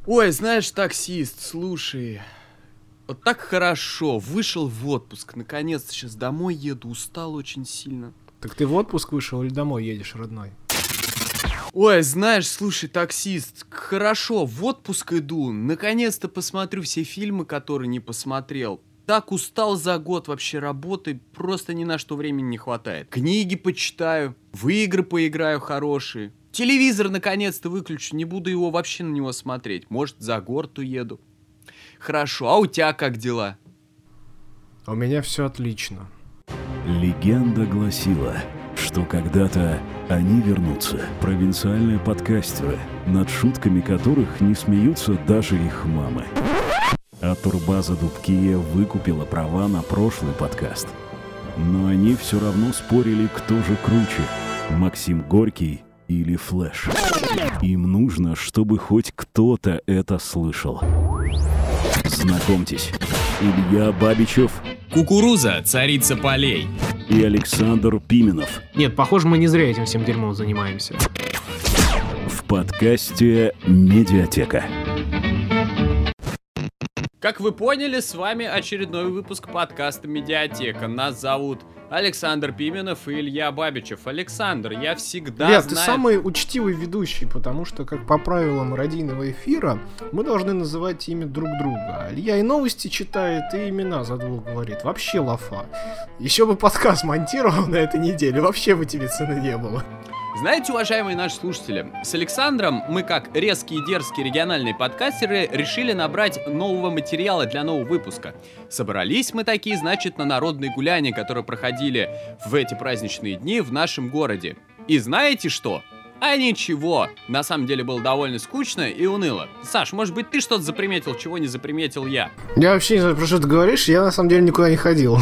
Ой, знаешь, таксист, слушай, вот так хорошо, вышел в отпуск, наконец-то сейчас домой еду, устал очень сильно. Так ты в отпуск вышел или домой едешь, родной? Ой, знаешь, слушай, таксист, хорошо, в отпуск иду, наконец-то посмотрю все фильмы, которые не посмотрел. Так устал за год вообще работы, просто ни на что времени не хватает. Книги почитаю, в игры поиграю хорошие. Телевизор наконец-то выключу, не буду его вообще на него смотреть. Может, за город уеду. Хорошо, а у тебя как дела? У меня все отлично. Легенда гласила, что когда-то они вернутся, провинциальные подкастеры, над шутками которых не смеются даже их мамы. А Турбаза Дубкия выкупила права на прошлый подкаст. Но они все равно спорили, кто же круче, Максим Горький или Флэш. Им нужно, чтобы хоть кто-то это слышал. Знакомьтесь, Илья Бабичев, Кукуруза, царица полей, и Александр Пименов. Нет, похоже, мы не зря этим всем дерьмом занимаемся. В подкасте «Медиатека». Как вы поняли, с вами очередной выпуск подкаста «Медиатека». Нас зовут Александр Пименов и Илья Бабичев. Александр, я всегда Илья, знаю... ты самый учтивый ведущий, потому что, как по правилам радийного эфира, мы должны называть имя друг друга. Илья и новости читает, и имена за двух говорит. Вообще лафа. Еще бы подкаст монтировал на этой неделе, вообще бы тебе цены не было. Знаете, уважаемые наши слушатели, с Александром мы, как резкие и дерзкие региональные подкастеры, решили набрать нового материала для нового выпуска. Собрались мы такие, значит, на народные гуляния, которые проходили в эти праздничные дни в нашем городе. И знаете что? А ничего, на самом деле было довольно скучно и уныло. Саш, может быть, ты что-то заприметил, чего не заприметил я? Я вообще не знаю, про что ты говоришь, я на самом деле никуда не ходил.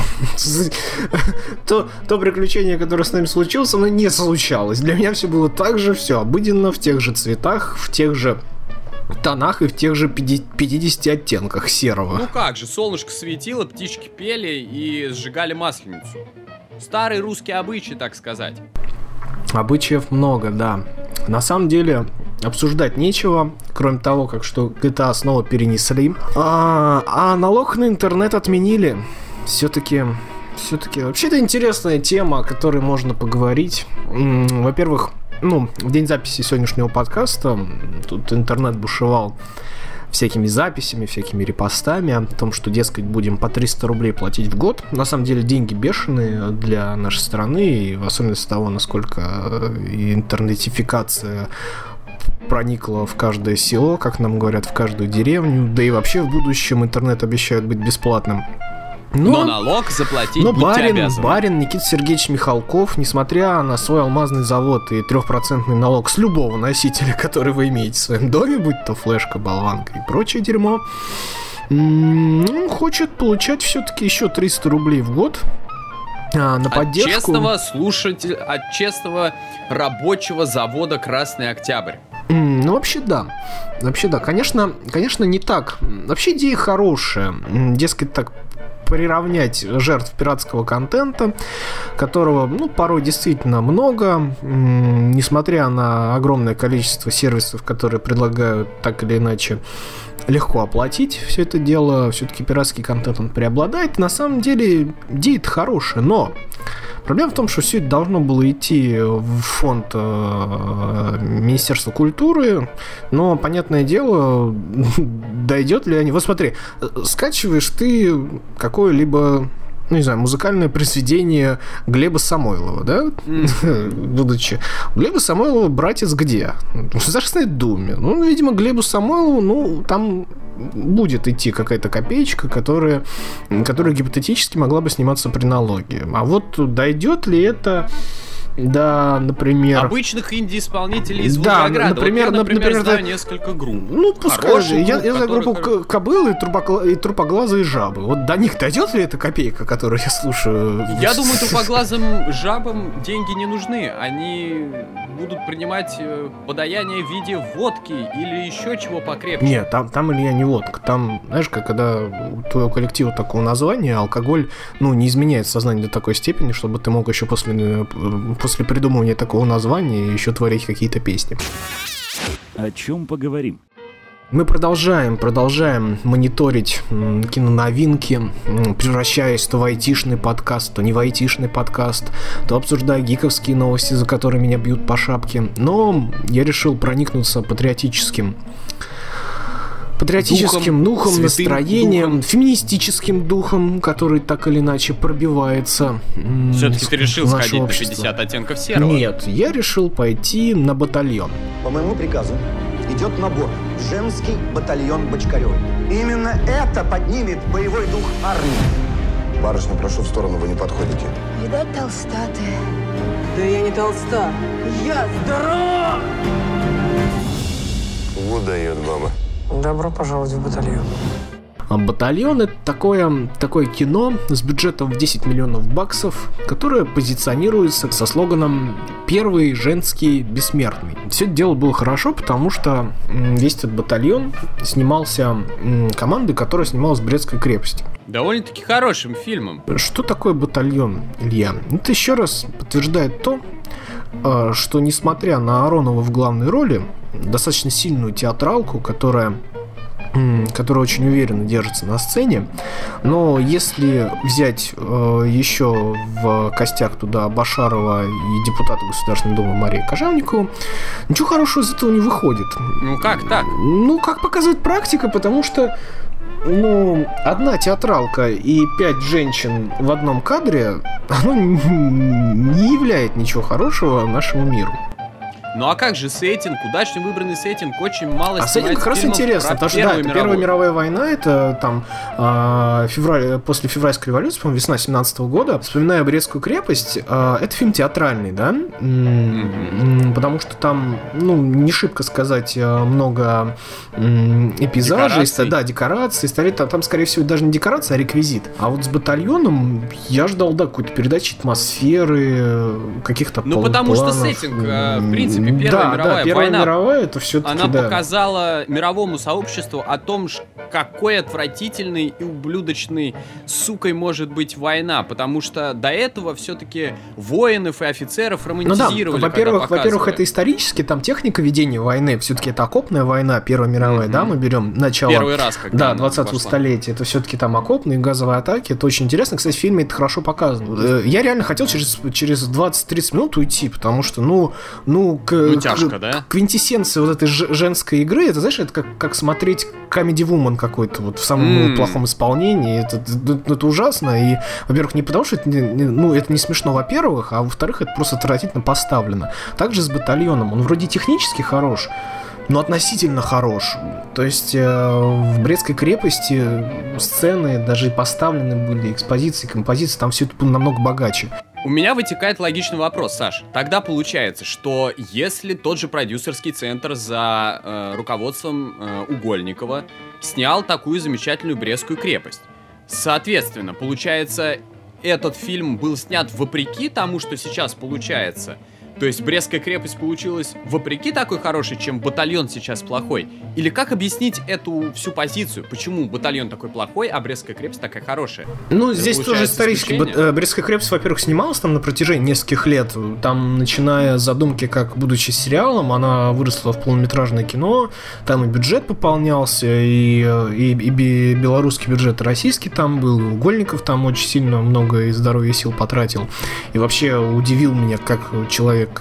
То приключение, которое с нами случилось, оно не случалось. Для меня все было так же, все обыденно, в тех же цветах, в тех же тонах и в тех же 50 оттенках серого. Ну как же, солнышко светило, птички пели и сжигали масленицу. Старый русский обычай, так сказать. Обычаев много, да. На самом деле, обсуждать нечего, кроме того, как что GTA снова перенесли. А налог на интернет отменили. Все-таки, вообще это интересная тема, о которой можно поговорить. Во-первых, в день записи сегодняшнего подкаста тут интернет бушевал всякими записями, всякими репостами о том, что, дескать, будем по 300 рублей платить в год. На самом деле деньги бешеные для нашей страны, и в особенности того, насколько интернетификация проникла в каждое село, как нам говорят, в каждую деревню, да и вообще в будущем интернет обещают быть бесплатным. Но налог заплатить будьте обязаны. Барин Никита Сергеевич Михалков, несмотря на свой алмазный завод и 3% налог с любого носителя, который вы имеете в своем доме, будь то флешка, болванка и прочее дерьмо, хочет получать все-таки еще 300 рублей в год на поддержку. От честного рабочего завода «Красный Октябрь». Вообще да. Конечно, не так. Вообще идея хорошая. Дескать, так приравнять жертв пиратского контента, которого, порой действительно много, несмотря на огромное количество сервисов, которые предлагают так или иначе легко оплатить все это дело, все-таки пиратский контент, он преобладает. На самом деле идея-то хорошая, но проблема в том, что все это должно было идти в фонд Министерства культуры, но, понятное дело, дойдет ли они... Вот смотри, скачиваешь ты какое-либо, музыкальное произведение Глеба Самойлова, да? Будучи. Глеба Самойлова братец где? В Государственной Думе. Видимо, Глебу Самойлову, там будет идти какая-то копеечка, которая гипотетически могла бы сниматься при налоге. А вот дойдет ли это до, например... обычных инди-исполнителей из Волгограда. Например, я знаю несколько групп. Пускай. Я знаю группу Кобылы и Трупоглазые жабы. Вот до них дойдет ли эта копейка, которую я слушаю? Я думаю, трупоглазым жабам деньги не нужны. Они будут принимать подаяние в виде водки или еще чего покрепче. Нет, там Илья, не водка. Там, знаешь, когда у твоего коллектива такого названия, алкоголь, не изменяет сознание до такой степени, чтобы ты мог еще после придумывания такого названия еще творить какие-то песни. О чем поговорим? Мы продолжаем мониторить киноновинки, превращаясь то в айтишный подкаст, то не в айтишный подкаст, то обсуждая гиковские новости, за которые меня бьют по шапке. Но я решил проникнуться патриотическим духом, настроением, феминистическим духом, который так или иначе пробивается. Все-таки ты решил сходить на 50 оттенков серого? Нет, я решил пойти на батальон. По моему приказу идет набор в женский батальон Бочкарёвой. Именно это поднимет боевой дух армии. Барышня, прошу в сторону, вы не подходите. Видать, толста ты. Да я не толста. Я здоров! Вот дает баба. Добро пожаловать в батальон. «Батальон» — это такое кино с бюджетом в 10 миллионов баксов, которое позиционируется со слоганом «Первый женский бессмертный». Все это дело было хорошо, потому что весь этот батальон снимался командой, которая снималась в Брестской крепости. Довольно-таки хорошим фильмом. Что такое «Батальон», Илья? Это еще раз подтверждает то, что несмотря на Аронова в главной роли, достаточно сильную театралку, которая очень уверенно держится на сцене. Но если взять еще в костяк туда Башарова и депутата Государственной Думы Марию Кожевникову, ничего хорошего из этого не выходит. Ну как так? Ну, как показывает практика, потому что одна театралка и 5 женщин в одном кадре, оно не являет ничего хорошего нашему миру. Ну а как же сеттинг, удачно выбранный сеттинг, очень мало снимается. А сеттинг как раз интересно, потому что это Первая мировая война, это там после февральской революции, по-моему, весна 17-го года. Вспоминая Брестскую крепость, это фильм театральный, да? Потому что там, не шибко сказать, много эпизажей, декораций, там, скорее всего, даже не декорации, а реквизит. А вот с «Батальоном» я ждал, какой-то передачи атмосферы, каких-то планов. Потому что сеттинг, в принципе, Первая мировая, это все-таки, она показала мировому сообществу о том, какой отвратительной и ублюдочной сукой может быть война, потому что до этого все-таки воинов и офицеров романтизировали. Во-первых, это исторически, там техника ведения войны, все-таки это окопная война, Первая мировая, да, мы берем начало. Первый раз, когда 20-го столетия, это все-таки там окопные газовые атаки, это очень интересно, кстати, в фильме это хорошо показано. Я реально хотел через 20-30 минут уйти, потому что, тяжко, да? Квинтэссенция вот этой женской игры, это, знаешь, это как смотреть Comedy Woman какой-то вот в самом плохом исполнении. Это ужасно. И, во-первых, не потому, что это не смешно, во-первых, а во-вторых, это просто отвратительно поставлено. Также с «Батальоном». Он вроде технически хорош, но относительно хорош. То есть в Брестской крепости сцены даже и поставлены были, экспозиции, композиции, там все это было намного богаче. У меня вытекает логичный вопрос, Саш. Тогда получается, что если тот же продюсерский центр за руководством Угольникова снял такую замечательную Брестскую крепость, соответственно, получается, этот фильм был снят вопреки тому, что сейчас получается. То есть Брестская крепость получилась вопреки такой хорошей, чем «Батальон» сейчас плохой? Или как объяснить эту всю позицию? Почему «Батальон» такой плохой, а Брестская крепость такая хорошая? Здесь тоже исторически. Брестская крепость, во-первых, снималась там на протяжении нескольких лет. Там, начиная с задумки, как будучи сериалом, она выросла в полнометражное кино. Там и бюджет пополнялся, и белорусский бюджет, и российский там был. Угольников там очень сильно много и здоровья, и сил потратил. И вообще удивил меня, как человек,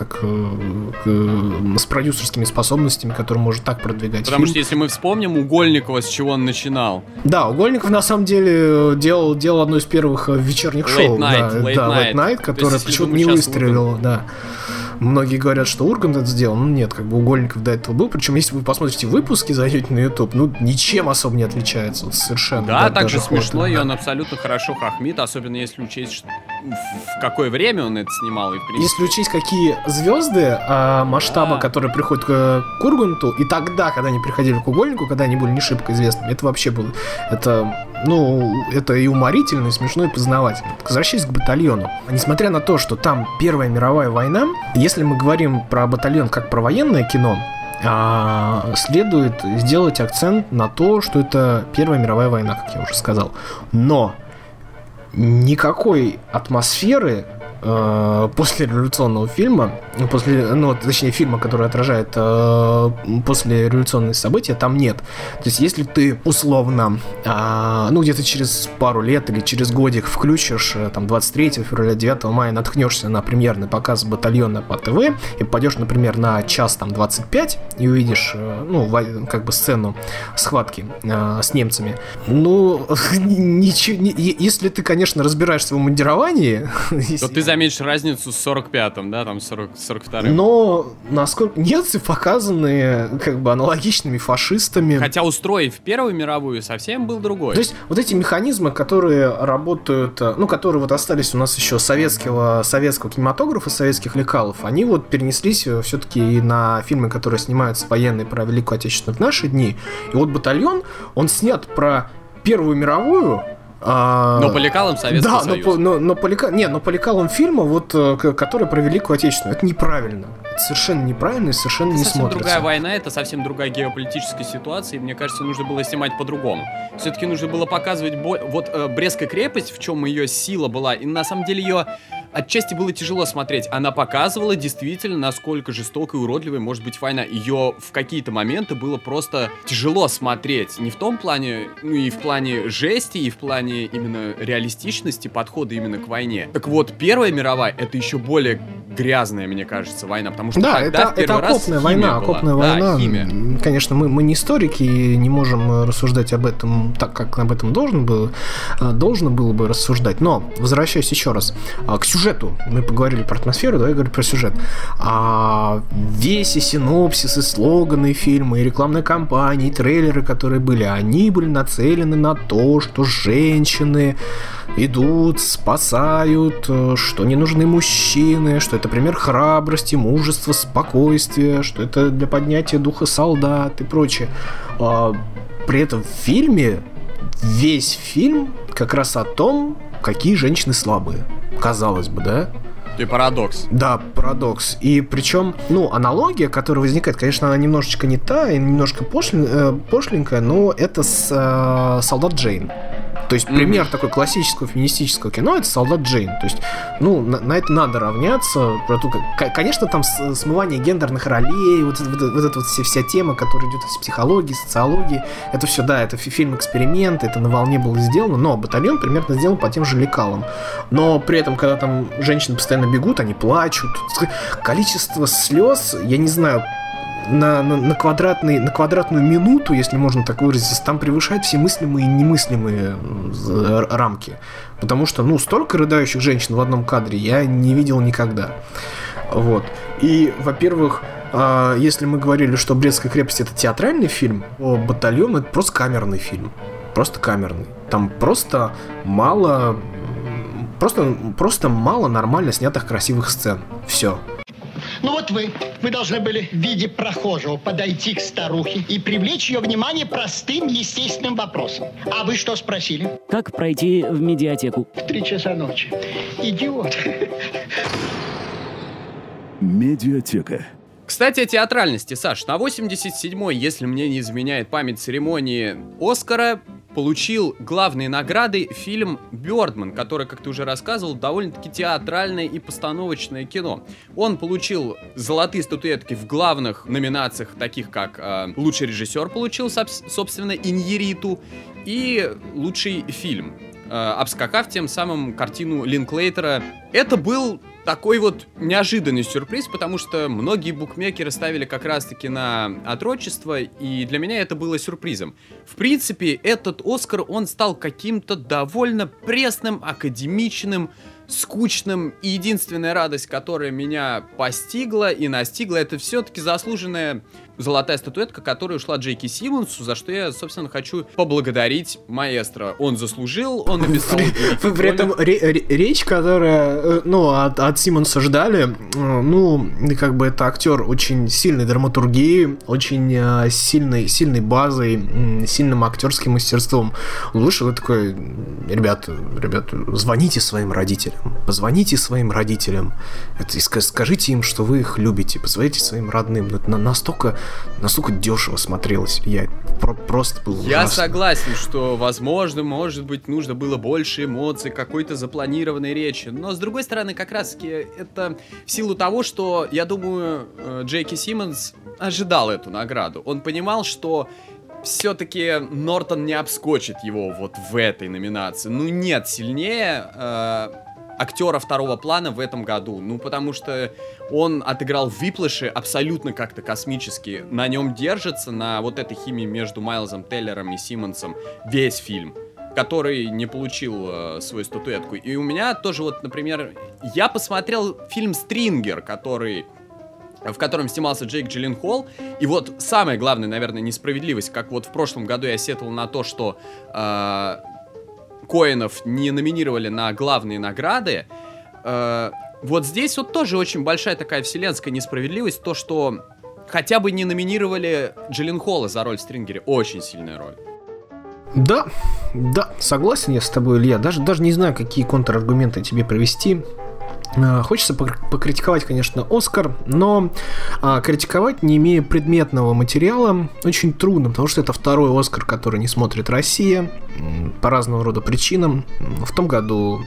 с продюсерскими способностями, который может так продвигать Потому фильм. что если мы вспомним Угольникова, с чего он начинал. Да, Угольников на самом деле делал одно из первых вечерних шоу. Late Night, которое почему-то не выстрелило, да. Многие говорят, что Ургант это сделал. Нет, Угольников до этого был. Причем, если вы посмотрите выпуски, зайдете на YouTube, ничем особо не отличается. Вот совершенно. Да, так же смешно, и он абсолютно хорошо хохмит, особенно если учесть, в какое время он это снимал. И, в принципе... Если учесть, какие звезды масштаба, которые приходят к Урганту, и тогда, когда они приходили к Угольнику, когда они были не шибко известными, это вообще было... Это и уморительно, и смешно, и познавательно. Возвращаясь к «Батальону». Несмотря на то, что там Первая мировая война, если мы говорим про «Батальон» как про военное кино, следует сделать акцент на то, что это Первая мировая война, как я уже сказал. Но никакой атмосферы послереволюционного фильма, точнее фильма, который отражает послереволюционные события, там нет. То есть если ты условно, где-то через пару лет или через годик включишь, там, 23 февраля, 9 мая наткнешься на премьерный показ «Батальона» по ТВ и пойдешь, например, на час, там, 25 и увидишь, сцену схватки с немцами. Если ты, конечно, разбираешься в мундировании... То ты заметишь разницу с 45-м, да, там, 42-м. Но насколько немцы показаны аналогичными фашистами. Хотя устрой в Первую мировую совсем был другой. То есть вот эти механизмы, которые работают, которые вот остались у нас еще советского кинематографа, советских лекалов, они вот перенеслись все-таки и на фильмы, которые снимаются военные про Великую Отечественную в наши дни. И вот «Батальон», он снят про Первую мировую. Но по лекалам Советского Союза. Но по лекалам фильма, который про Великую Отечественную. Это неправильно. Это совершенно неправильно и совершенно не смотрится. Это другая война, это совсем другая геополитическая ситуация, и мне кажется, нужно было снимать по-другому. Все-таки нужно было показывать бой. Вот Брестская крепость, в чем ее сила была, и на самом деле ее отчасти было тяжело смотреть. Она показывала действительно, насколько жестокой и уродливой может быть война. Ее в какие-то моменты было просто тяжело смотреть. Не в том плане, и в плане жести, и в плане именно реалистичности подхода именно к войне. Так вот, Первая мировая — это еще более грязная, мне кажется, война, потому что тогда в первый раз химия была. Окопная война. Химия. Конечно, мы не историки и не можем рассуждать об этом так, как об этом должно было бы рассуждать. Но, возвращаясь еще раз к сюжету. Мы поговорили про атмосферу, давай говорим про сюжет. Весь и синопсис, и слоганы фильма, и рекламные кампании, и трейлеры, которые были, они были нацелены на то, что женщины идут, спасают, что не нужны мужчины, что это пример храбрости, мужества, спокойствия, что это для поднятия духа солдат и прочее. При этом в фильме весь фильм как раз о том, какие женщины слабые. Казалось бы, да? И парадокс. Да, парадокс. И причем, аналогия, которая возникает, конечно, она немножечко не та и немножко пошленькая, но это с «Солдат Джейн». То есть пример такой классического феминистического кино — это «Солдат Джейн». То есть, на это надо равняться. Конечно, там смывание гендерных ролей, вот эта вся тема, которая идет из психологии, социологии, это все, да, это фильм-эксперимент, это на волне было сделано, но «Батальон» примерно сделан по тем же лекалам. Но при этом, когда там женщины постоянно бегут, они плачут. Количество слез, я не знаю, на квадратную минуту, если можно так выразиться, там превышает все мыслимые и немыслимые рамки. Потому что, столько рыдающих женщин в одном кадре я не видел никогда. Вот. И, во-первых, если мы говорили, что «Брестская крепость» — это театральный фильм, то «Батальон» — это просто камерный фильм. Просто камерный. Там просто мало нормально снятых красивых сцен. Все. Вот вы должны были в виде прохожего подойти к старухе и привлечь ее внимание простым, естественным вопросом. А вы что спросили? Как пройти в медиатеку? В 3 часа ночи. Идиот. Медиатека. Кстати, о театральности, Саш. На 87-й, если мне не изменяет память, церемонии Оскара получил главные награды фильм «Бёрдман», который, как ты уже рассказывал, довольно-таки театральное и постановочное кино. Он получил золотые статуэтки в главных номинациях, таких как лучший режиссер получил, собственно, Иньярриту, и лучший фильм, обскакав тем самым картину Линклейтера. Это был такой вот неожиданный сюрприз, потому что многие букмекеры ставили как раз-таки на отрочество, и для меня это было сюрпризом. В принципе, этот Оскар, он стал каким-то довольно пресным, академичным, скучным, и единственная радость, которая меня постигла и настигла, это все-таки заслуженная золотая статуэтка, которая ушла Джейки Симмонсу, за что я, собственно, хочу поблагодарить маэстро. Он заслужил, он написал... При этом речь, которая, от Симмонса ждали, это актер очень сильной драматургией, очень сильной базой, сильным актерским мастерством. Он вышел и такой: ребята, звоните своим родителям, позвоните своим родителям, и скажите им, что вы их любите, позвоните своим родным. Это настолько настолько дешево смотрелось. Я просто был ужасно. Я согласен, что, возможно, может быть, нужно было больше эмоций, какой-то запланированной речи. Но, с другой стороны, как раз-таки это в силу того, что, я думаю, Джейки Симмонс ожидал эту награду. Он понимал, что все-таки Нортон не обскочит его вот в этой номинации. Ну, нет сильнее актера второго плана в этом году. Ну, потому что он отыграл в «Виплэше» абсолютно как-то космически. На нем держится, на вот этой химии между Майлзом Теллером и Симмонсом весь фильм, который не получил свою статуэтку. И у меня тоже вот, например, я посмотрел фильм «Стрингер», в котором снимался Джейк Джилленхол. И вот самая главная, наверное, несправедливость, как вот в прошлом году я сетовал на то, что Коэнов не номинировали на главные награды. Вот здесь вот тоже очень большая такая вселенская несправедливость, то, что хотя бы не номинировали Джилленхола за роль в «Стрингере». Очень сильная роль. Да, согласен я с тобой, Илья. Даже не знаю, какие контраргументы тебе привести. Хочется покритиковать, конечно, «Оскар», но критиковать, не имея предметного материала, очень трудно, потому что это второй «Оскар», который не смотрит Россия по разного рода причинам. В том году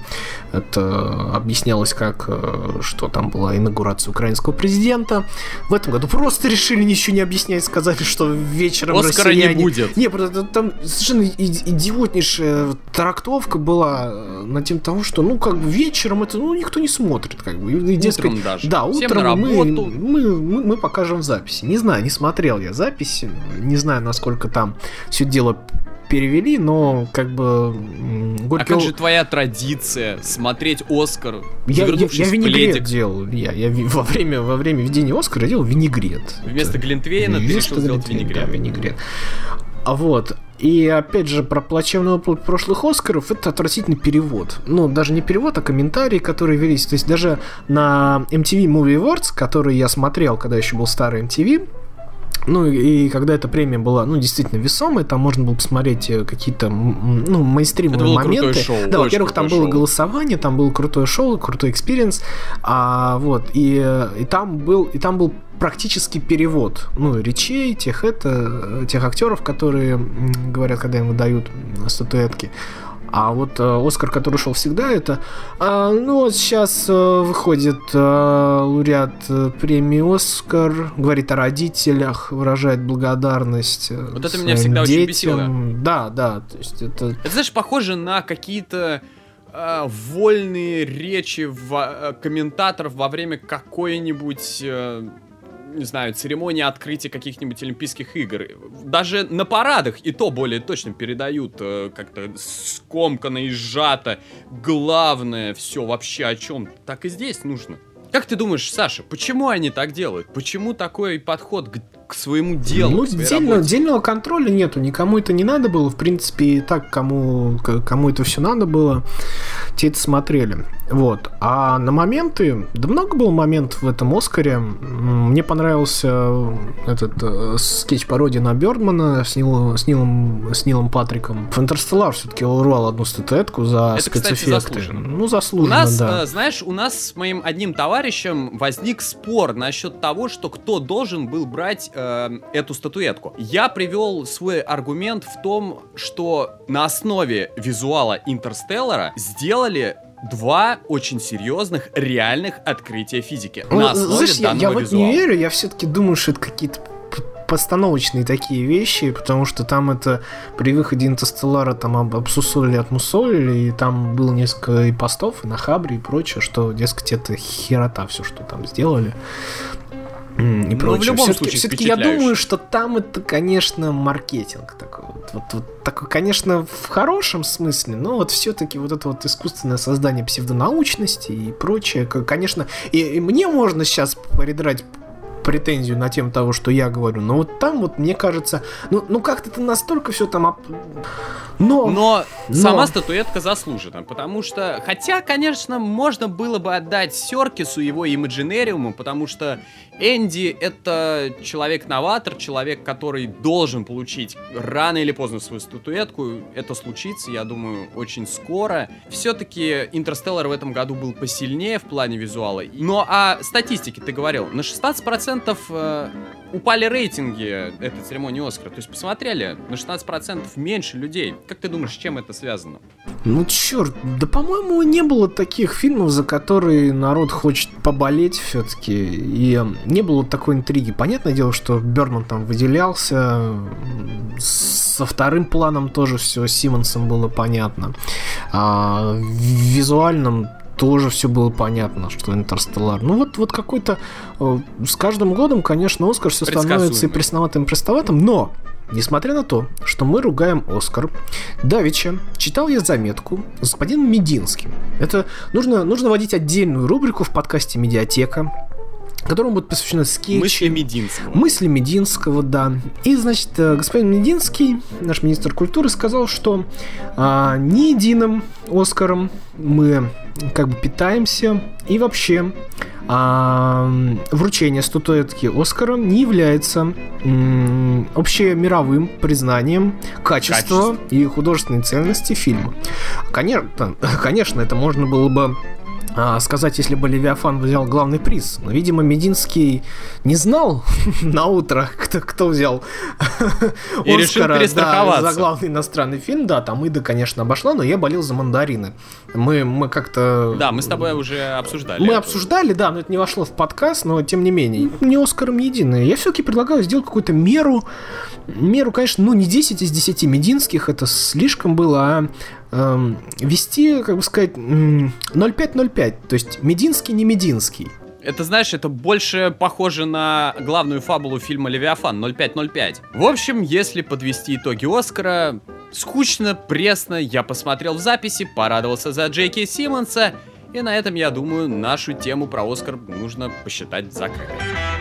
это объяснялось как, что там была инаугурация украинского президента. В этом году просто решили ничего не объяснять, сказали, что вечером «Оскара» россияне... не будет. Не, просто там совершенно идиотнейшая трактовка была на тему того, что, ну, как бы вечером это, ну, никто не смотрит, как бы. И, дескать, утром даже. Да, Всем утром на работу. мы покажем в записи. Не знаю, не смотрел я записи, не знаю, насколько там все дело перевели, но как бы... А как же твоя традиция смотреть «Оскар», я завернувшись в винегрет пледик? делал, я во время ведения «Оскара» делал винегрет. Вместо глинтвейна ты решил сделать винегрет. Да, винегрет. А вот... И опять же, про плачевный опыт прошлых «Оскаров» — это отвратительный перевод. Ну, даже не перевод, а комментарии, которые велись. То есть даже на MTV Movie Awards, который я смотрел, когда еще был старый MTV, ну, и когда эта премия была, ну, действительно весомой, там можно было посмотреть какие-то, ну, мейнстримовые моменты. Это было крутое шоу. Да, во-первых, там было голосование, там было крутое шоу, крутой экспириенс, вот, и там был практически перевод, ну, речей тех актеров, которые говорят, когда им выдают статуэтки. А вот «Оскар», который шел всегда, это... ну, вот сейчас выходит лауреат премии «Оскар», говорит о родителях, выражает благодарность вот это меня всегда детям. очень бесило. Да, то есть это... Это, знаешь, похоже на какие-то вольные речи комментаторов во время какой-нибудь... не знаю, церемонии открытия каких-нибудь Олимпийских игр. Даже на парадах и то более точно передают как-то скомканно и сжато. Главное все вообще о чем. Так и здесь нужно. Как ты думаешь, Саша, почему они так делают? Почему такой подход к своему делу? Ну, отдельного контроля нету. Никому это не надо было. В принципе, и так, кому это все надо было, те это смотрели. Вот. А на моменты... Да много было моментов в этом «Оскаре». Мне понравился этот скетч-пародия на Бёрдмана с Нилом Патриком. «Интерстеллар» все-таки урвал одну статуэтку за это, спецэффекты. Кстати, заслуженно. Ну, заслуженно, да. Знаешь, у нас с моим одним товарищем возник спор насчет того, что кто должен был брать эту статуэтку. Я привел свой аргумент в том, что на основе визуала «Интерстеллара» сделали два очень серьезных, реальных открытия физики. Ну, на основе знаешь, данного я вот визуала. не верю, я все-таки думаю, что это какие-то постановочные такие вещи, потому что там это при выходе «Интерстеллара» там обсусолили, и там было несколько и постов, и на Хабре, и прочее, что, дескать, это херота все, что там сделали. И прочее. В любом случае, все-таки я думаю, что там это, конечно, маркетинг такой. Вот такой, конечно, в хорошем смысле, но вот все-таки вот это вот искусственное создание псевдонаучности и прочее, конечно, и мне можно сейчас передрать претензию на тему того, что я говорю, но вот там вот, мне кажется, ну как-то это настолько все там... Но сама статуэтка заслужена, потому что, хотя, конечно, можно было бы отдать Серкису его Имаджинериуму, потому что Энди — это человек-новатор, человек, который должен получить рано или поздно свою статуэтку. Это случится, я думаю, очень скоро. Все-таки «Интерстеллар» в этом году был посильнее в плане визуала. Но о статистике ты говорил. На 16% 16% упали рейтинги этой церемонии Оскара. То есть посмотрели на 16% меньше людей. Как ты думаешь, с чем это связано? Ну, черт, да, по-моему, не было таких фильмов, за которые народ хочет поболеть все-таки. И не было такой интриги. Понятное дело, что Бёрдман там выделялся. Со вторым планом тоже все с Симмонсом было понятно. А в визуальном тоже все было понятно, что Интерстеллар. Ну вот какой-то... С каждым годом, конечно, Оскар все становится и пресноватым, но, несмотря на то, что мы ругаем Оскар, давеча читал я заметку с господином Мединским. Это нужно вводить отдельную рубрику в подкасте «Медиатека», которому будет посвящено скетчи. Мысли Мединского, да. И, значит, господин Мединский, наш министр культуры, сказал, что ни единым Оскаром мы как бы питаемся, и вообще вручение статуэтки Оскара не является общемировым признанием качества и художественной ценности фильма. Конечно, это можно было бы сказать, если бы Левиафан взял главный приз. Но, видимо, Мединский не знал на утро, кто взял Оскара за главный иностранный фильм. Да, там Ида, конечно, обошла, но я болел за «Мандарины». Мы как-то... Да, мы с тобой уже обсуждали. Мы обсуждали, да, но это не вошло в подкаст, но тем не менее. Не Оскаром единое. Я все-таки предлагаю сделать какую-то меру, конечно, не 10 из 10 Мединских, это слишком было, вести, как бы сказать, 0,5-0,5. То есть Мединский не Мединский. Это, знаешь, это больше похоже на главную фабулу фильма «Левиафан» 0,5-0,5. В общем, если подвести итоги Оскара, скучно, пресно, я посмотрел в записи, порадовался за Джейки Симмонса, и на этом, я думаю, нашу тему про Оскар нужно посчитать закрытой.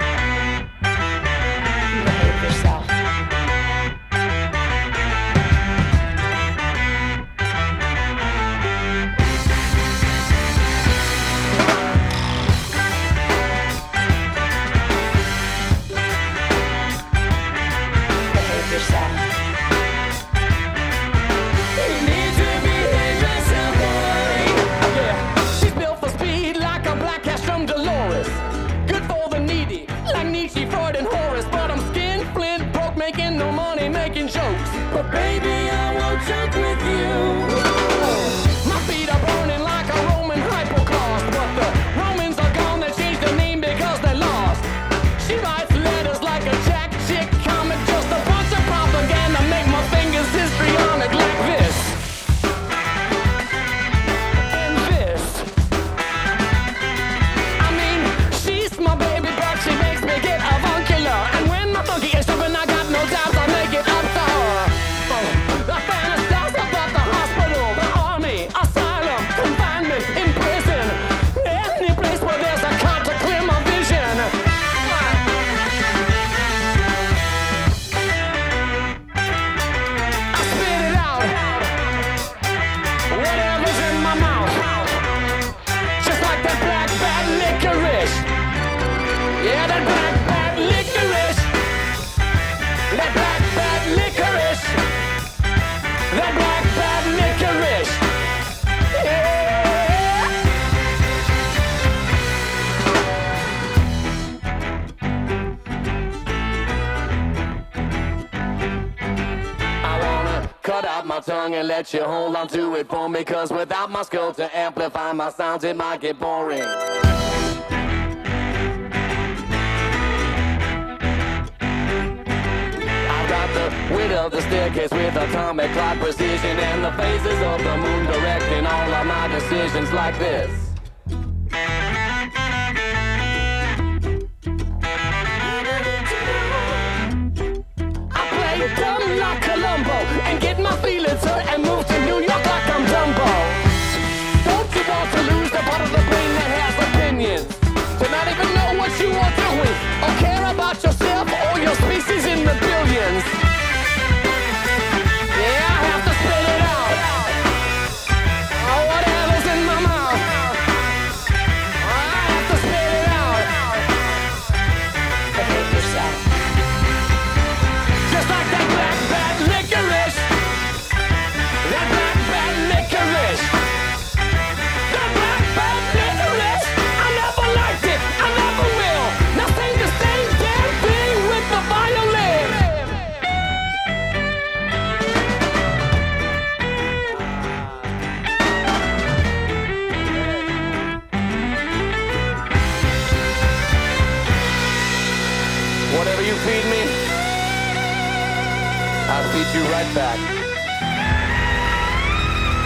Tongue and let you hold on to it for me, cause without my skill to amplify my sounds it might get boring. I've got the width of the staircase with atomic clock precision and the phases of the moon directing all of my decisions like this. Dumb like Columbo and get my feelings hurt and move to New York like I'm Dumbo. Don't you want to lose the part of the brain that has opinions? To not even know what you are doing or care about yourself or your species in the billions. Yeah, I have to spit it out. Oh, whatever's in my mouth.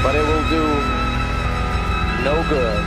but it will do no good.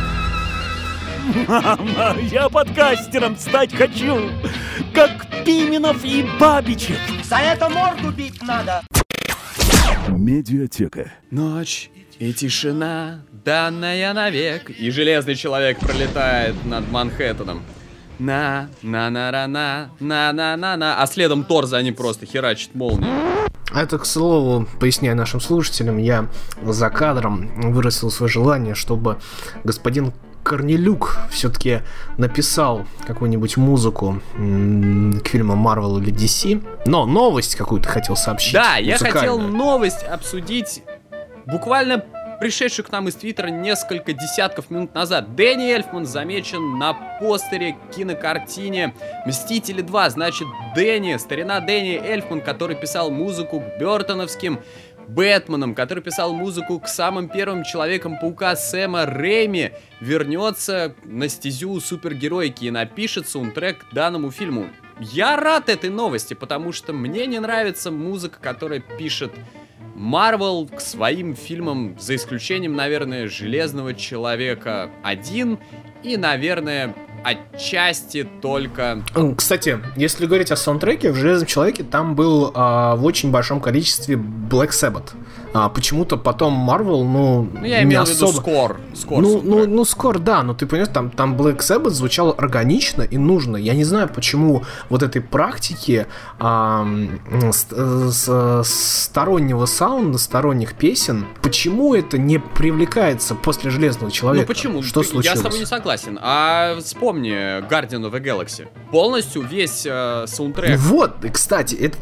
Мама, я подкастером стать хочу, как Пименов и Бабичев. За это морду бить надо. Медиатека. Ночь и тишина, данная навек, и железный человек пролетает над Манхэттеном. На-на-на-на-на, на-на-на-на. А следом Тор за ним просто херачит молнию. Это, к слову, поясняю нашим слушателям, я за кадром выразил свое желание, чтобы господин Корнелюк все-таки написал какую-нибудь музыку к фильмам Marvel или DC. Но новость какую-то хотел сообщить. Да, я хотел новость обсудить, буквально пришедшую к нам из Твиттера несколько десятков минут назад. Дэнни Эльфман замечен на постере к кинокартине «Мстители 2». Значит, старина Дэнни Эльфман, который писал музыку к бёртоновским Бэтменам, который писал музыку к самым первым Человеком-паука Сэма Рэйми, вернется на стезю супергеройки и напишет саундтрек к данному фильму. Я рад этой новости, потому что мне не нравится музыка, которая пишет Марвел к своим фильмам, за исключением, наверное, Железного Человека 1 и, наверное, отчасти только... Кстати, если говорить о саундтреке, в «Железном Человеке» там был в очень большом количестве Black Sabbath. Почему-то потом Marvel, я имел в виду Скор. Скор, да, но ты понимаешь, там Black Sabbath звучал органично и нужно. Я не знаю, почему вот этой практики стороннего саунда, сторонних песен, почему это не привлекается после «Железного Человека». Почему? Что случилось? Я с тобой не согласен. Вспомни Guardian of the Galaxy. Полностью весь саундтрек. Вот, и, кстати, это,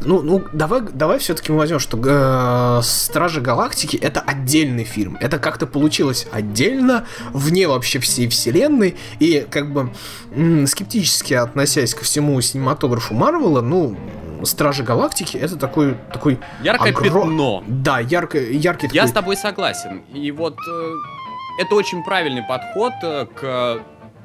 давай все-таки мы возьмем, что Стражи Галактики — это отдельный фильм. Это как-то получилось отдельно, вне вообще всей вселенной. И как бы скептически относясь ко всему синематографу Марвела, Стражи Галактики — это такой яркое пятно. Да, яркий. Я с тобой согласен. И вот это очень правильный подход к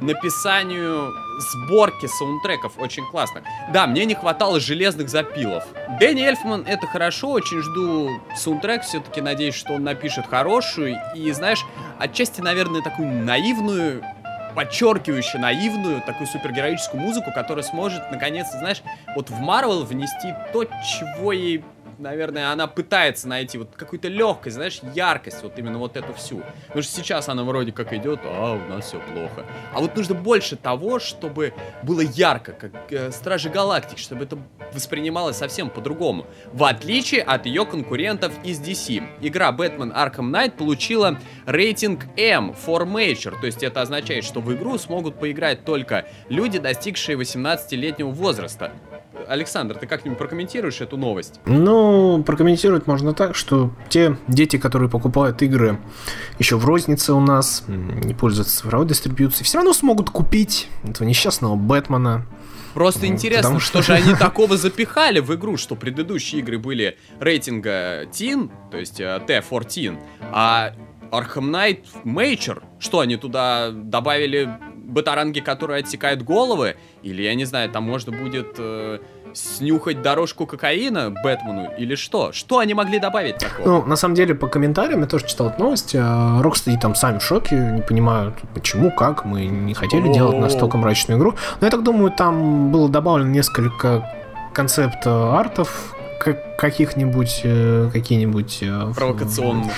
написанию сборки саундтреков, очень классно. Да, мне не хватало железных запилов. Дэнни Эльфман — это хорошо, очень жду саундтрек, все-таки надеюсь, что он напишет хорошую и, знаешь, отчасти, наверное, такую наивную, подчеркивающую наивную, такую супергероическую музыку, которая сможет, наконец-то, знаешь, вот в Marvel внести то, чего ей, наверное, она пытается найти, вот какую-то легкость, знаешь, яркость, вот именно вот эту всю. Потому что сейчас она вроде как идет, у нас все плохо. А вот нужно больше того, чтобы было ярко, как Стражи Галактики, чтобы это воспринималось совсем по-другому. В отличие от ее конкурентов из DC. Игра Batman Arkham Knight получила рейтинг M for Mature, то есть это означает, что в игру смогут поиграть только люди, достигшие 18-летнего возраста. Александр, ты как-нибудь прокомментируешь эту новость? Прокомментировать можно так, что те дети, которые покупают игры еще в рознице у нас, не пользуются цифровой дистрибьюцией, все равно смогут купить этого несчастного Бэтмена. Просто интересно, что же они такого запихали в игру, что предыдущие игры были рейтинга Teen, то есть T14, а Arkham Knight Mature, что они туда добавили батаранги, которые отсекают головы? Или, я не знаю, там можно будет снюхать дорожку кокаина Бэтмену? Или что? Что они могли добавить такого? На самом деле, по комментариям я тоже читал эту новость. Rocksteady там сами в шоке, не понимают, почему, как. Мы не хотели делать настолько мрачную игру. Но я так думаю, там было добавлено несколько концепт-артов, каких-нибудь провокационных.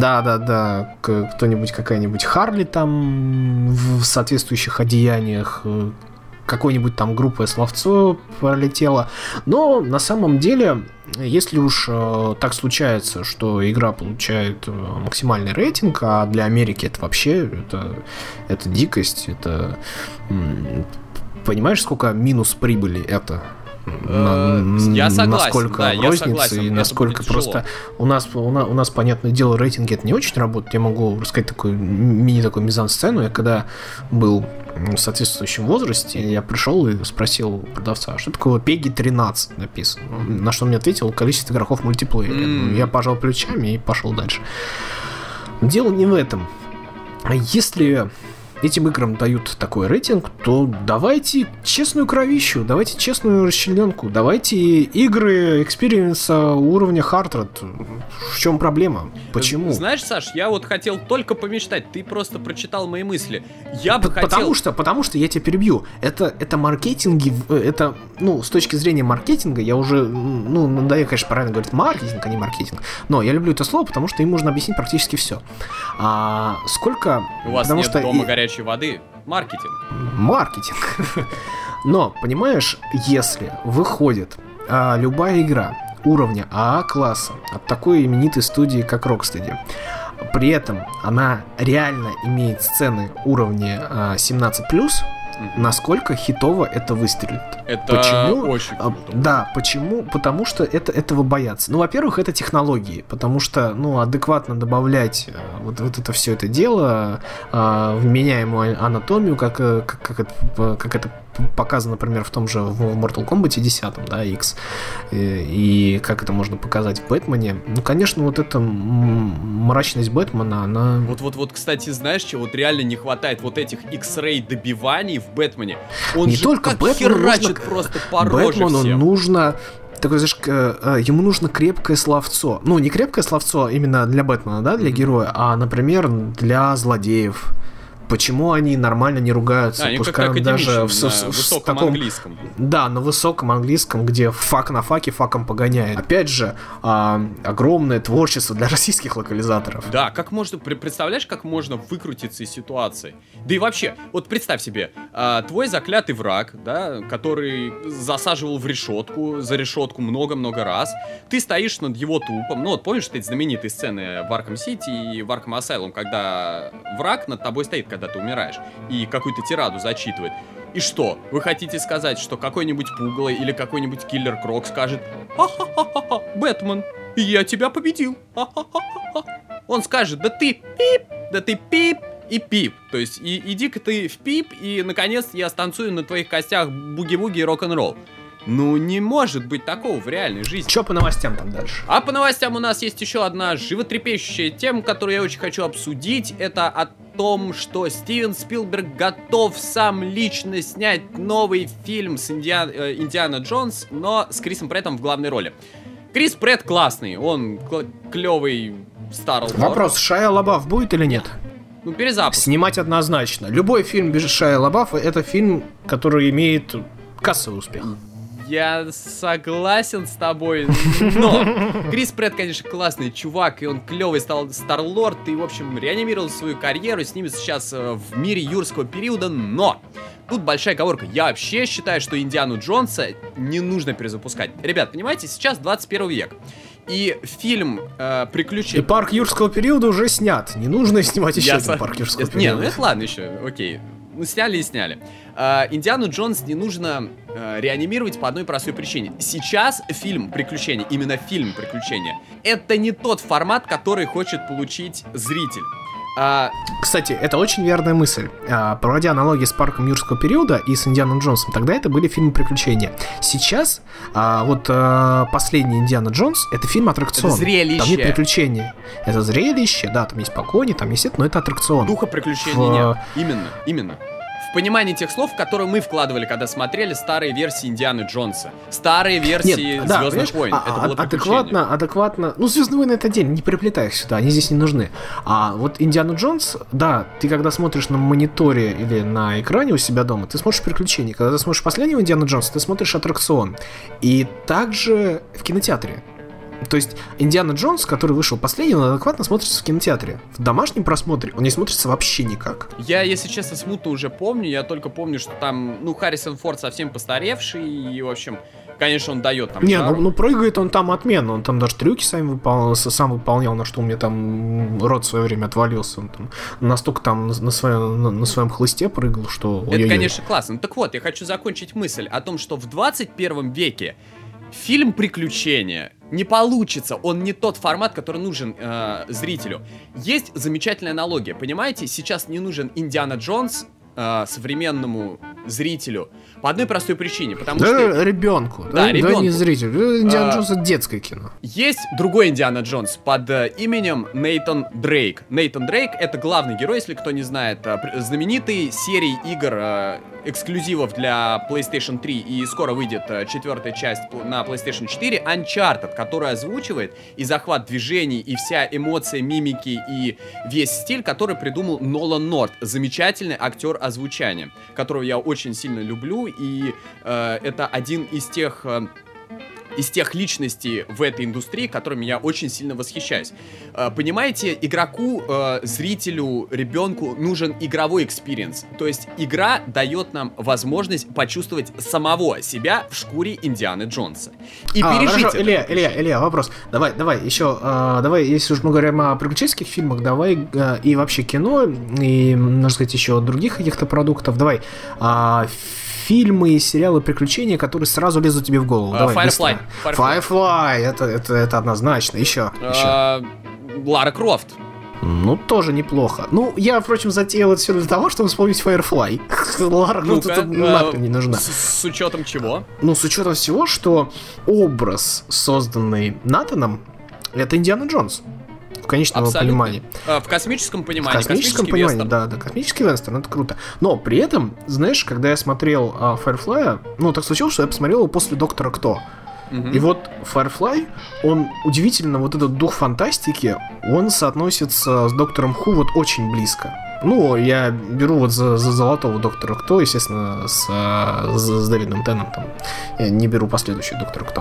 Да. Кто-нибудь, какая-нибудь Харли там в соответствующих одеяниях, какой-нибудь там группое словцо пролетело. Но на самом деле, если уж так случается, что игра получает максимальный рейтинг, а для Америки это вообще это дикость, это понимаешь, сколько минус прибыли это? Я согласен, насколько да, в рознице и насколько просто у нас, понятное дело, рейтинги это не очень работают. Я могу рассказать такую мизансцену. Я когда был в соответствующем возрасте, я пришел и спросил продавца, что такое PEGI 13 написано. На что он мне ответил: количество игроков мультиплеера. Я пожал плечами и пошел дальше. Дело не в этом. Если этим играм дают такой рейтинг, то давайте честную кровищу, давайте честную расчлененку, давайте игры экспириенса уровня Хардред. В чем проблема? Почему? Знаешь, Саш, я вот хотел только помечтать, ты просто прочитал мои мысли. Я бы хотел... Потому что я тебя перебью. Это маркетинги, это, ну, с точки зрения маркетинга, я уже, ну, да, я, конечно, правильно говорю, маркетинг, а не маркетинг. Но я люблю это слово, потому что им можно объяснить практически все. Сколько... У вас потому нет что дома горячей воды. Маркетинг. Маркетинг. Но, понимаешь, если выходит любая игра уровня АА-класса от такой именитой студии, как Rocksteady, при этом она реально имеет сцены уровня 17+, насколько хитово это выстрелит. Это почему? Очень круто. Да, почему? Потому что этого боятся. Ну, во-первых, это технологии, потому что, ну, адекватно добавлять вот это все это дело, вменяемую анатомию, как это показано, например, в том же в Mortal Kombat 10, да, X, и как это можно показать в Бэтмене. Ну, конечно, вот эта мрачность Бэтмена, она... Вот, кстати, знаешь, чего вот реально не хватает вот этих X-Ray добиваний в Бэтмене? Он не же только как Бэтмену херачит просто по роже Бэтмену всем. нужно... Такое, знаешь, ему нужно крепкое словцо. Ну, не крепкое словцо именно для Бэтмена, да, для героя, а, например, для злодеев. Почему они нормально не ругаются, пускай даже в высоком таком, английском. Да, на высоком английском, где фак на факе факом погоняет. Опять же, огромное творчество для российских локализаторов. Да, как можно, представляешь, как можно выкрутиться из ситуации? Да и вообще, вот представь себе, твой заклятый враг, да, который засаживал за решетку много-много раз, ты стоишь над его трупом, ну вот помнишь эти знаменитые сцены в Arkham City и в Arkham Asylum, когда враг над тобой стоит, когда ты умираешь, и какую-то тираду зачитывает. И что? Вы хотите сказать, что какой-нибудь пугало или какой-нибудь киллер Крок скажет: «Ха-ха-ха-ха, Бэтмен, я тебя победил, ха-ха-ха-ха». Он скажет: да ты пип и пип. То есть иди-ка ты в пип, и наконец я станцую на твоих костях буги-буги и рок-н-ролл. Ну, не может быть такого в реальной жизни. Чё по новостям там дальше? А по новостям у нас есть еще одна животрепещущая тема, которую я очень хочу обсудить. Это о том, что Стивен Спилберг готов сам лично снять новый фильм с Индиана Джонс, но с Крисом Преттом в главной роли. Крис Претт классный, он клевый Старлорд. Вопрос, Шайа Лабаф будет или нет? Ну, перезапуск. Снимать однозначно. Любой фильм без Шайа Лабафа — это фильм, который имеет кассовый успех. Я согласен с тобой, но Крис Претт, конечно, классный чувак, и он клевый стал Старлорд, и, в общем, реанимировал свою карьеру, снимет сейчас в мире юрского периода, но тут большая оговорка. Я вообще считаю, что Индиану Джонса не нужно перезапускать. Ребят, понимаете, сейчас 21 век. И фильм «Приключения...» И парк юрского периода уже снят. Не нужно снимать еще один парк юрского периода. Не, ну это ладно еще, окей. Ну, сняли и сняли. Индиану Джонс не нужно реанимировать по одной простой причине. Сейчас фильм «Приключения», именно фильм «Приключения», это не тот формат, который хочет получить зритель. Кстати, это очень верная мысль. Проводя аналогии с парком юрского периода и с Индианом Джонсом, тогда это были фильмы приключения. Сейчас последний Индиана Джонс — это фильм-аттракцион. Это зрелище. Там нет приключений. Это зрелище, да, там есть погони, там есть это, но это аттракцион. Духа приключений нет. Именно. В понимании тех слов, которые мы вкладывали, когда смотрели старые версии Индианы Джонса. Старые версии Звездных войн. Это было приключение. Адекватно. Ну, Звездные войны — это отдельно, не приплетай их сюда, они здесь не нужны. А вот Индиана Джонс, да, ты когда смотришь на мониторе или на экране у себя дома, ты смотришь приключения. Когда ты смотришь последнего Индиана Джонса, ты смотришь аттракцион. И также в кинотеатре. То есть Индиана Джонс, который вышел последним, он адекватно смотрится в кинотеатре. В домашнем просмотре он не смотрится вообще никак. Я, если честно, смутно уже помню. Я только помню, что там, Харрисон Форд совсем постаревший. И, в общем, конечно, он дает там шарм. Ну прыгает он там отменно. Он там даже трюки сам выполнял, на что у меня там рот в свое время отвалился. Он там настолько там на своем хлысте прыгал, что... Это, конечно, классно. Ну так вот, я хочу закончить мысль о том, что в 21 веке фильм «Приключения» не получится, он не тот формат, который нужен зрителю. Есть замечательная аналогия, понимаете? Сейчас не нужен Индиана Джонс современному зрителю. По одной простой причине, потому да, что... ребенку. Да, ребенку. Да, не зрителю. Индиана Джонс — это детское кино. Есть другой Индиана Джонс под именем Нейтан Дрейк. Нейтан Дрейк — это главный герой, если кто не знает, знаменитый серии игр эксклюзивов для PlayStation 3, и скоро выйдет 4-я часть на PlayStation 4, Uncharted, которая озвучивает и захват движений, и вся эмоция, мимики, и весь стиль, который придумал Нолан Норт, замечательный актер озвучания, которого я очень сильно люблю, и это один из тех личностей в этой индустрии, которыми я очень сильно восхищаюсь. Понимаете, игроку, зрителю, ребенку нужен игровой экспириенс. То есть игра дает нам возможность почувствовать самого себя в шкуре Индианы Джонса. И пережить хорошо. это. Илья, вопрос. Давай, если уж мы говорим о приключенческих фильмах, давай и вообще кино, и, можно сказать, еще других каких-то продуктов, давай фильмы и сериалы приключения, которые сразу лезут тебе в голову. Firefly. Это однозначно. Еще. Лара Крофт. Ну, тоже неплохо. Ну, я, впрочем, затеял это все для того, чтобы вспомнить Firefly. Лара Крофт это нахрен не нужна. С учетом чего? Ну, с учетом всего, что образ, созданный Натаном, это Индиана Джонс. В конечном понимании. В космическом понимании. В космическом понимании, да, космический вестерн, это круто. Но при этом, знаешь, когда я смотрел Firefly, ну, так случилось, что я посмотрел его после Доктора Кто. И вот Firefly, он удивительно, вот этот дух фантастики, он соотносится с Доктором Ху вот очень близко. Ну, я беру вот за золотого Доктора Кто, естественно, с Дэвидом Теннантом. Я не беру последующий Доктора Кто.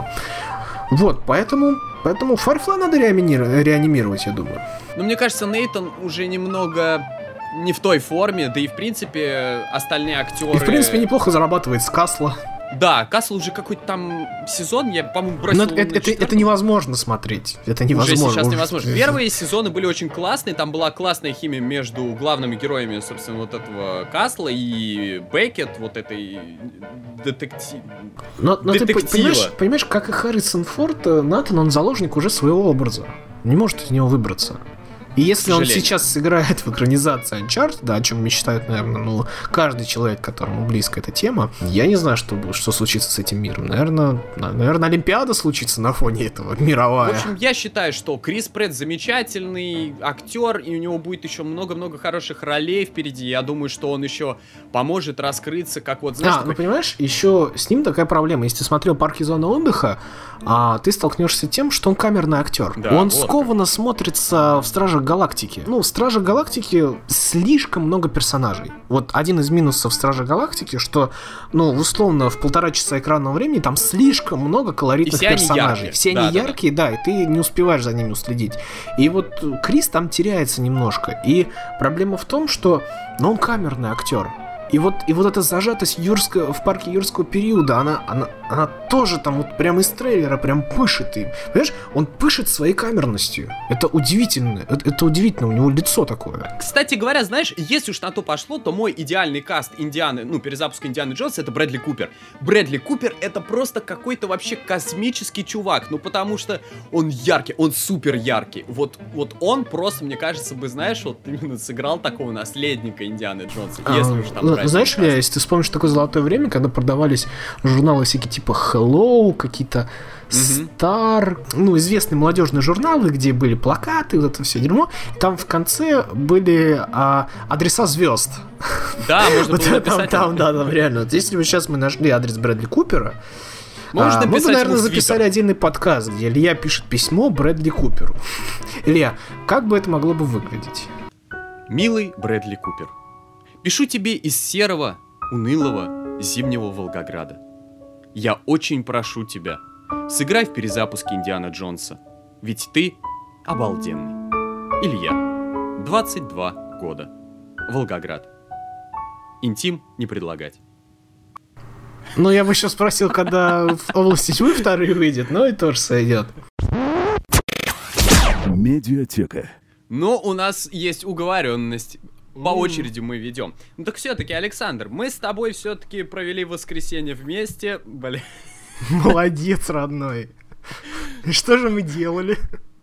Вот, поэтому Firefly надо реанимировать, я думаю. Но мне кажется, Нейтан уже немного не в той форме, да и в принципе остальные актеры... И в принципе неплохо зарабатывает с Касла. Да, Касл уже какой-то там сезон, я, по-моему, бросил... Но это невозможно смотреть. Это невозможно. Уже сейчас невозможно. Первые сезоны были очень классные, там была классная химия между главными героями, собственно, вот этого Касла и Беккет, вот этой детектива. Но ты понимаешь, как и Харрисон Форд, Натан, он заложник уже своего образа. Не может из него выбраться. И если он сейчас сыграет в экранизации Uncharted, да, о чем мечтает, наверное, каждый человек, которому близка эта тема, я не знаю, что случится с этим миром. Наверное, Олимпиада случится на фоне этого, мировая. В общем, я считаю, что Крис Претт замечательный актер, и у него будет еще много-много хороших ролей впереди. Я думаю, что он еще поможет раскрыться, как вот, знаешь... Ну понимаешь, еще с ним такая проблема. Если ты смотрел «Парки и зоны отдыха», ты столкнешься с тем, что он камерный актер. Да, он скованно смотрится в «Стражах Галактики». Ну, в «Стражах Галактики» слишком много персонажей. Вот один из минусов «Стражей Галактики», что, условно, в 1,5 часа экранного времени там слишком много колоритных персонажей. Все они яркие, да, и ты не успеваешь за ними уследить. И вот Крис там теряется немножко. И проблема в том, что, он камерный актер. И вот эта зажатость в парке юрского периода, она тоже там вот прям из трейлера прям пышет. И, понимаешь, он пышет своей камерностью. Это удивительно. Это удивительно, у него лицо такое. Кстати говоря, знаешь, если уж на то пошло, то мой идеальный каст перезапуска Индианы Джонса — это Брэдли Купер. Брэдли Купер — это просто какой-то вообще космический чувак. Потому что он яркий, он супер яркий. Вот он просто, мне кажется, знаешь, вот именно сыграл такого наследника Индианы Джонса. Если уж там... Знаешь ли, если ты вспомнишь такое золотое время, когда продавались журналы всякие типа Hello, какие-то Star, известные молодежные журналы, где были плакаты, вот это все дерьмо, там в конце были адреса звезд. Да, можно было написать. Там, реально. Вот если бы сейчас мы нашли адрес Брэдли Купера, мы бы, наверное, записали отдельный подкаст, где Илья пишет письмо Брэдли Куперу. Илья, как бы это могло бы выглядеть? Милый Брэдли Купер, пишу тебе из серого, унылого зимнего Волгограда. Я очень прошу тебя, сыграй в перезапуске Индиана Джонса, ведь ты обалденный. Илья, 22 года, Волгоград. Интим не предлагать. Я бы еще спросил, когда в области тьмы 2 выйдет, но и тоже сойдет. Медиатека. Но у нас есть уговоренность. По очереди мы ведем. Так все-таки, Александр, мы с тобой все-таки провели воскресенье вместе. Молодец, родной. Что же мы делали?